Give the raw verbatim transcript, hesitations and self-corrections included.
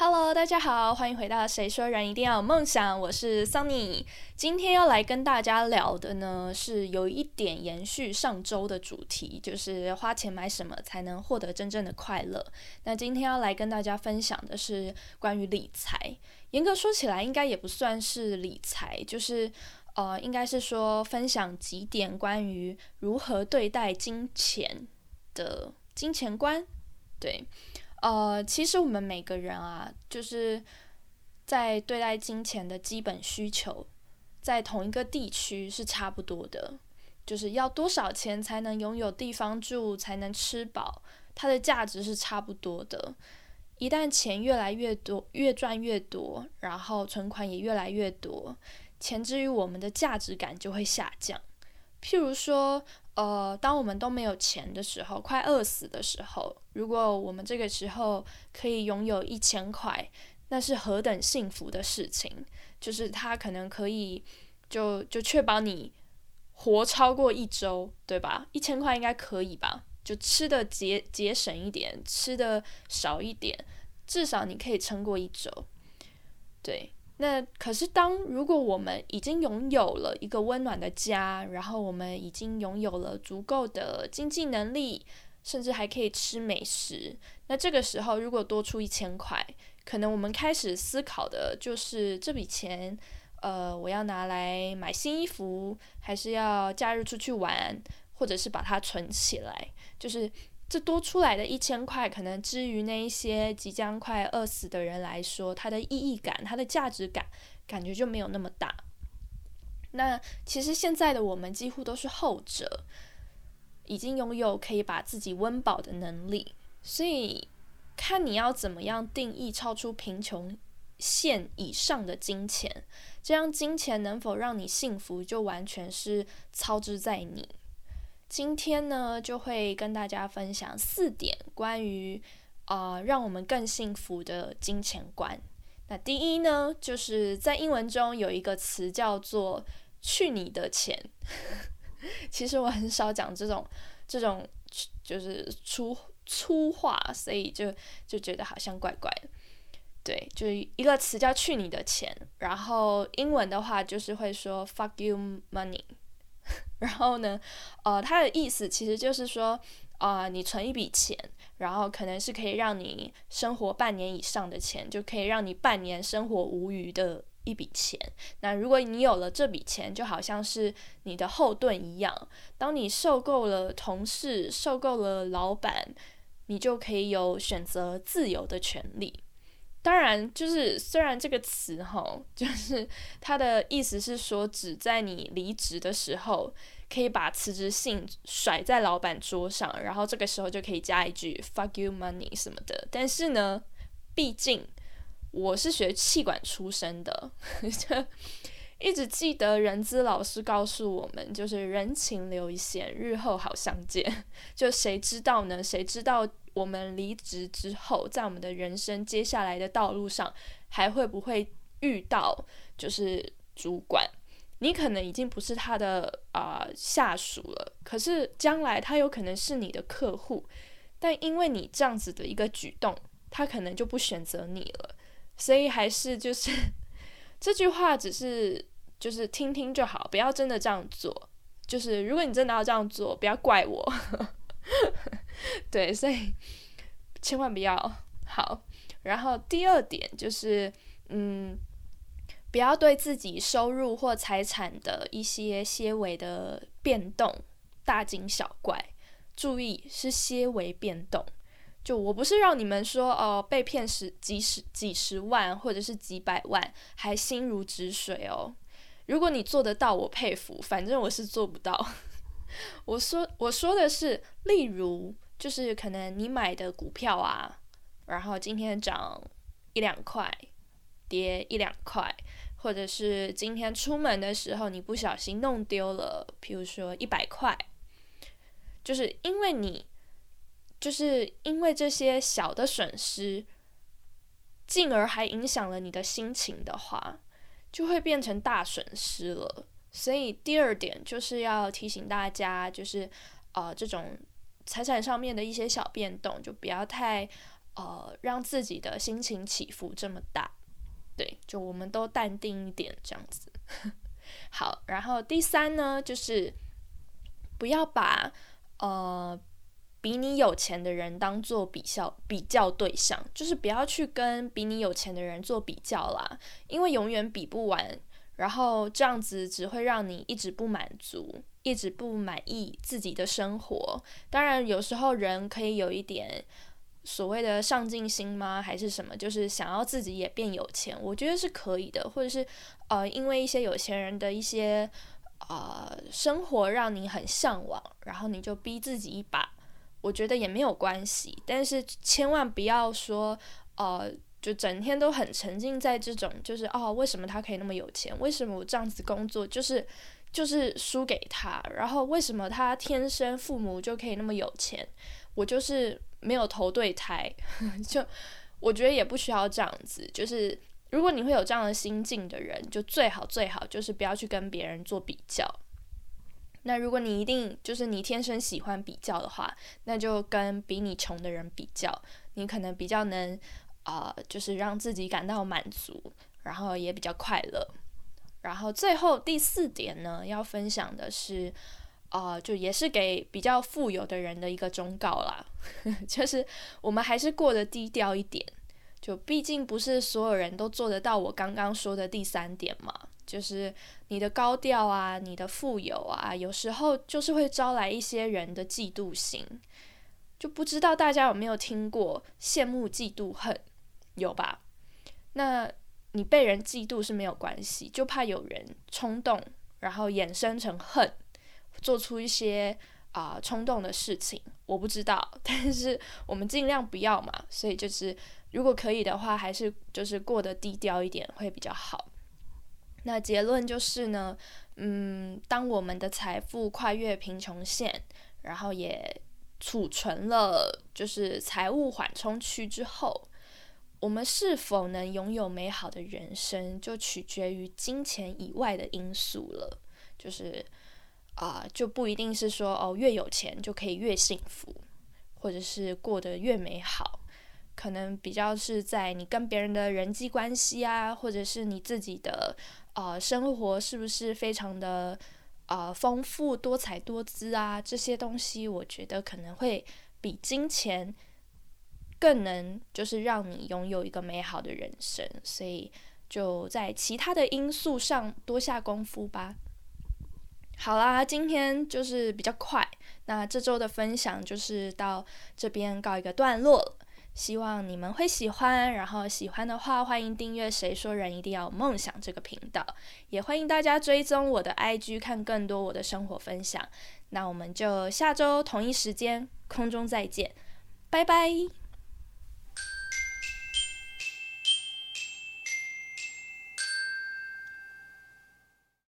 Hello，大家好，欢迎回到谁说人一定要有梦想，我是 Sunny。今天要来跟大家聊的呢，是有一点延续上周的主题，就是花钱买什么才能获得真正的快乐。那今天要来跟大家分享的是关于理财。严格说起来，应该也不算是理财，就是呃，应该是说分享几点关于如何对待金钱的金钱观。对。呃，其实我们每个人啊，就是在对待金钱的基本需求，在同一个地区是差不多的，就是要多少钱才能拥有地方住，才能吃饱，它的价值是差不多的。一旦钱越来越多，越赚越多，然后存款也越来越多，钱至于我们的价值感就会下降。譬如说，呃，当我们都没有钱的时候，快饿死的时候，如果我们这个时候可以拥有一千块，那是何等幸福的事情！就是它可能可以就就确保你活超过一周，对吧？一千块应该可以吧？就吃的节节省一点，吃的少一点，至少你可以撑过一周。对。那可是当如果我们已经拥有了一个温暖的家，然后我们已经拥有了足够的经济能力，甚至还可以吃美食，那这个时候如果多出一千块，可能我们开始思考的就是这笔钱，呃，我要拿来买新衣服，还是要假日出去玩，或者是把它存起来，就是这多出来的一千块，可能至于那一些即将快饿死的人来说，它的意义感、它的价值感，感觉就没有那么大。那其实现在的我们几乎都是后者，已经拥有可以把自己温饱的能力，所以看你要怎么样定义超出贫穷线以上的金钱，这样金钱能否让你幸福，就完全是操之在你。今天呢，就会跟大家分享四点关于呃让我们更幸福的金钱观。那第一呢，就是在英文中有一个词叫做“去你的钱”。其实我很少讲这种这种就是粗粗话，所以就就觉得好像怪怪的。对，就是一个词叫“去你的钱”，然后英文的话就是会说 “fuck you money”。然后呢，呃，它的意思其实就是说，呃，你存一笔钱，然后可能是可以让你生活半年以上的钱，就可以让你半年生活无虞的一笔钱。那如果你有了这笔钱，就好像是你的后盾一样，当你受够了同事，受够了老板，你就可以有选择自由的权利。当然，就是虽然这个词哈，就是它的意思是说，只在你离职的时候，可以把辞职信甩在老板桌上，然后这个时候就可以加一句 "fuck you money" 什么的。但是呢，毕竟我是学企管出身的，就一直记得人资老师告诉我们，就是人情留一线，日后好相见。就谁知道呢？谁知道我们离职之后，在我们的人生接下来的道路上，还会不会遇到就是主管？你可能已经不是他的啊、呃、下属了，可是将来他有可能是你的客户，但因为你这样子的一个举动，他可能就不选择你了。所以还是就是这句话只是就是听听就好，不要真的这样做。就是如果你真的要这样做，不要怪我。对，所以千万不要。好，然后第二点就是，嗯，不要对自己收入或财产的一些些微的变动大惊小怪。注意是些微变动。就我不是让你们说哦、呃、被骗十几十几十万或者是几百万还心如止水哦。如果你做得到，我佩服，反正我是做不到。我说我说的是，例如就是可能你买的股票啊，然后今天涨一两块，跌一两块，或者是今天出门的时候你不小心弄丢了，譬如说一百块，就是因为你。就是因为这些小的损失，进而还影响了你的心情的话，就会变成大损失了。所以第二点就是要提醒大家，就是呃这种财产上面的一些小变动，就不要太呃让自己的心情起伏这么大。对，就我们都淡定一点这样子。好，然后第三呢，就是不要把呃比你有钱的人当做比较比较对象，就是不要去跟比你有钱的人做比较啦，因为永远比不完，然后这样子只会让你一直不满足，一直不满意自己的生活。当然有时候人可以有一点所谓的上进心吗？还是什么？就是想要自己也变有钱，我觉得是可以的。或者是呃，因为一些有钱人的一些呃生活让你很向往，然后你就逼自己一把，我觉得也没有关系。但是千万不要说呃，就整天都很沉浸在这种，就是哦，为什么他可以那么有钱？为什么我这样子工作就是就是输给他？然后为什么他天生父母就可以那么有钱？我就是没有投对胎，就我觉得也不需要这样子。就是如果你会有这样的心境的人，就最好最好就是不要去跟别人做比较。那如果你一定就是你天生喜欢比较的话，那就跟比你穷的人比较，你可能比较能呃，就是让自己感到满足，然后也比较快乐。然后最后第四点呢，要分享的是呃，就也是给比较富有的人的一个忠告啦，就是我们还是过得低调一点，就毕竟不是所有人都做得到我刚刚说的第三点嘛，就是你的高调啊，你的富有啊，有时候就是会招来一些人的嫉妒心。就不知道大家有没有听过羡慕嫉妒恨，有吧？那你被人嫉妒是没有关系，就怕有人冲动，然后衍生成恨，做出一些啊、呃、冲动的事情，我不知道，但是我们尽量不要嘛。所以就是如果可以的话，还是就是过得低调一点会比较好。那结论就是呢，嗯，当我们的财富跨越贫穷线，然后也储存了就是财务缓冲区之后，我们是否能拥有美好的人生，就取决于金钱以外的因素了。就是啊、呃，就不一定是说哦，越有钱就可以越幸福，或者是过得越美好。可能比较是在你跟别人的人际关系啊，或者是你自己的呃生活是不是非常的呃丰富多彩多姿啊，这些东西我觉得可能会比金钱更能就是让你拥有一个美好的人生，所以就在其他的因素上多下功夫吧。好啦，今天就是比较快，那这周的分享就是到这边告一个段落了。希望你们会喜欢，然后喜欢的话欢迎订阅谁说人一定要有梦想这个频道，也欢迎大家追踪我的 I G 看更多我的生活分享。那我们就下周同一时间空中再见，拜拜。